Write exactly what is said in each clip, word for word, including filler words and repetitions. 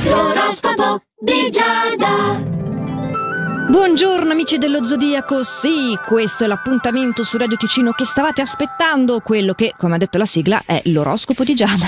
L'oroscopo di Giada. Buongiorno amici dello Zodiaco, sì, questo è l'appuntamento su Radio Ticino che stavate aspettando, quello che, come ha detto la sigla, è l'oroscopo di Giada.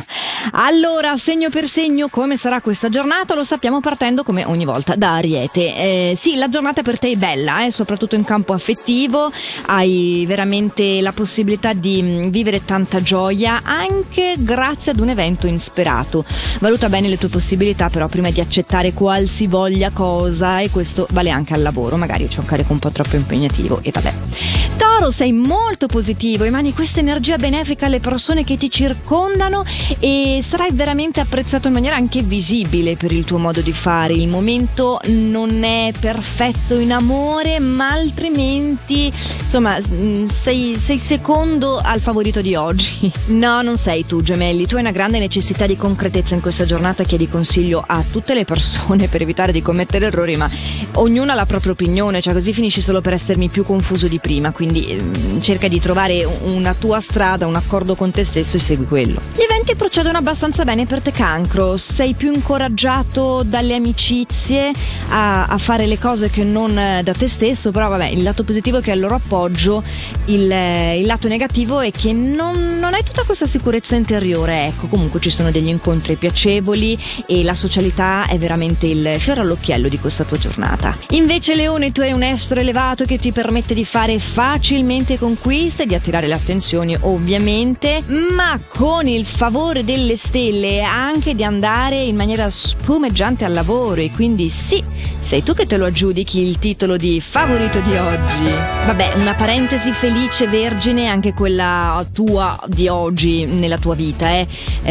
Allora, segno per segno, come sarà questa giornata lo sappiamo partendo come ogni volta da Ariete. Eh, sì, la giornata per te è bella, eh, soprattutto in campo affettivo, hai veramente la possibilità di vivere tanta gioia anche grazie ad un evento insperato. Valuta bene le tue possibilità però prima di accettare qualsivoglia cosa, e questo vale anche al lavoro, magari c'è un carico un po' troppo impegnativo e vabbè. Toro, sei molto positivo, emani questa energia benefica alle persone che ti circondano e sarai veramente apprezzato in maniera anche visibile per il tuo modo di fare. Il momento non è perfetto in amore, ma altrimenti insomma sei, sei secondo al favorito di oggi. No, non sei tu, Gemelli, tu hai una grande necessità di concretezza in questa giornata. Chiedi consiglio a tutte le persone per evitare di commettere errori, ma ognuno ha la propria opinione, cioè così finisci solo per essermi più confuso di prima, quindi eh, cerca di trovare una tua strada, un accordo con te stesso e segui quello. Gli eventi procedono abbastanza bene per te, Cancro, sei più incoraggiato dalle amicizie a, a fare le cose che non da te stesso, però vabbè, il lato positivo è che al loro appoggio, il, il lato negativo è che non, non hai tutta questa sicurezza interiore. Ecco, comunque ci sono degli incontri piacevoli e la socialità è veramente il fiore all'occhiello di questa tua giornata. Invece Leone, tu hai un estro elevato che ti permette di fare facilmente conquiste, di attirare le attenzioni ovviamente, ma con il favore delle stelle anche di andare in maniera spumeggiante al lavoro, e quindi sì, sei tu che te lo aggiudichi il titolo di favorito di oggi. Vabbè, una parentesi felice vergine anche quella tua di oggi nella tua vita, eh.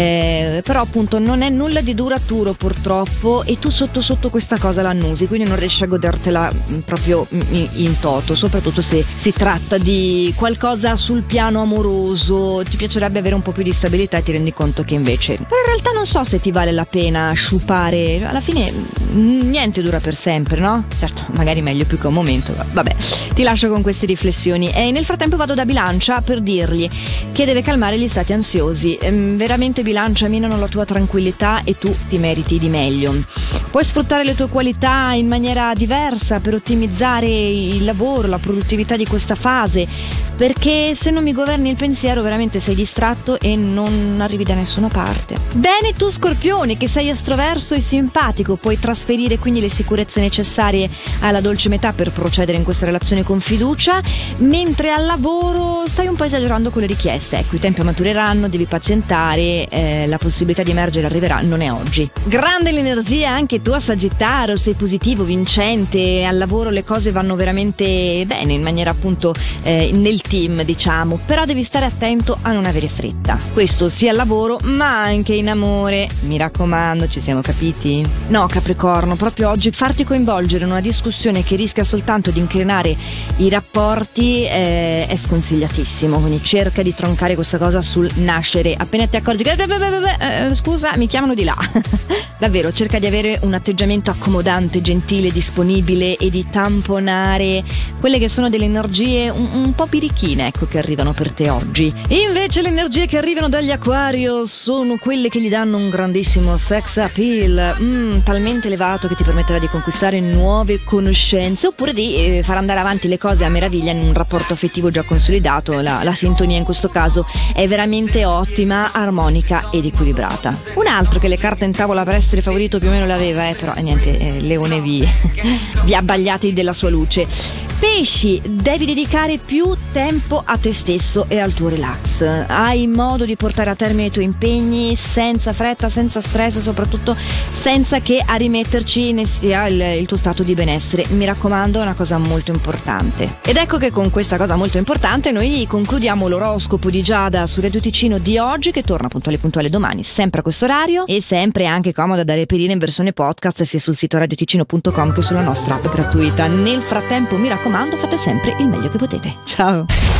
Eh, però appunto non è nulla di duraturo purtroppo, e tu sotto sotto questa cosa l'annusi, quindi non riesci a godertela proprio in, in toto, soprattutto se si tratta di qualcosa sul piano amoroso. Ti piacerebbe avere un po' più di stabilità e ti rendi conto che invece, però in realtà non so se ti vale la pena sciupare, alla fine niente dura per sempre, no? Certo, magari meglio più che un momento, vabbè, ti lascio con queste riflessioni. E nel frattempo vado da Bilancia per dirgli che deve calmare gli stati ansiosi. ehm, veramente Bilancia minano la tua tranquillità e tu ti meriti di meglio. Puoi sfruttare le tue qualità in maniera diversa per ottimizzare il lavoro, la produttività di questa fase, perché se non mi governi il pensiero veramente sei distratto e non arrivi da nessuna parte. Bene tu Scorpione, che sei estroverso e simpatico, puoi trasferire quindi le sicurezze necessarie alla dolce metà per procedere in questa relazione con fiducia, mentre al lavoro stai un po' esagerando con le richieste. Ecco, i tempi matureranno, devi pazientare, eh, la possibilità di emergere arriverà, non è oggi. Grande l'energia anche tu a Sagittario, sei positivo, vincente, al lavoro le cose vanno veramente bene in maniera appunto eh, nel team, diciamo, però devi stare attento a non avere fretta, questo sia al lavoro ma anche in amore, mi raccomando, ci siamo capiti? No Capricorno, proprio oggi farti coinvolgere in una discussione che rischia soltanto di incrinare i rapporti eh, è sconsigliatissimo, quindi cerca di troncare questa cosa sul nascere appena ti accorgi che eh, scusa mi chiamano di là. Davvero cerca di avere un atteggiamento accomodante, gentile, disponibile e di tamponare quelle che sono delle energie un, un po' birichine, ecco, che arrivano per te oggi. Invece le energie che arrivano dagli Acquario sono quelle che gli danno un grandissimo sex appeal, mm, talmente elevato che ti permetterà di conquistare nuove conoscenze oppure di eh, far andare avanti le cose a meraviglia in un rapporto affettivo già consolidato. La, la sintonia in questo caso è veramente ottima, armonica ed equilibrata. Un altro che le carte in tavola per essere favorito più o meno l'aveva, eh, però niente, eh, Leone vi, vi abbagliate della sua luce. Pesci, devi dedicare più tempo a te stesso e al tuo relax. Hai modo di portare a termine i tuoi impegni senza fretta, senza stress, soprattutto senza che a rimetterci ne sia il, il tuo stato di benessere. Mi raccomando, è una cosa molto importante. Ed ecco che con questa cosa molto importante noi concludiamo l'oroscopo di Giada su Radio Ticino di oggi, che torna puntuale puntuale domani, sempre a questo orario e sempre anche comoda da reperire in versione podcast sia sul sito radioticino punto com che sulla nostra app gratuita. Nel frattempo mi raccomando, fate sempre il meglio che potete. Ciao!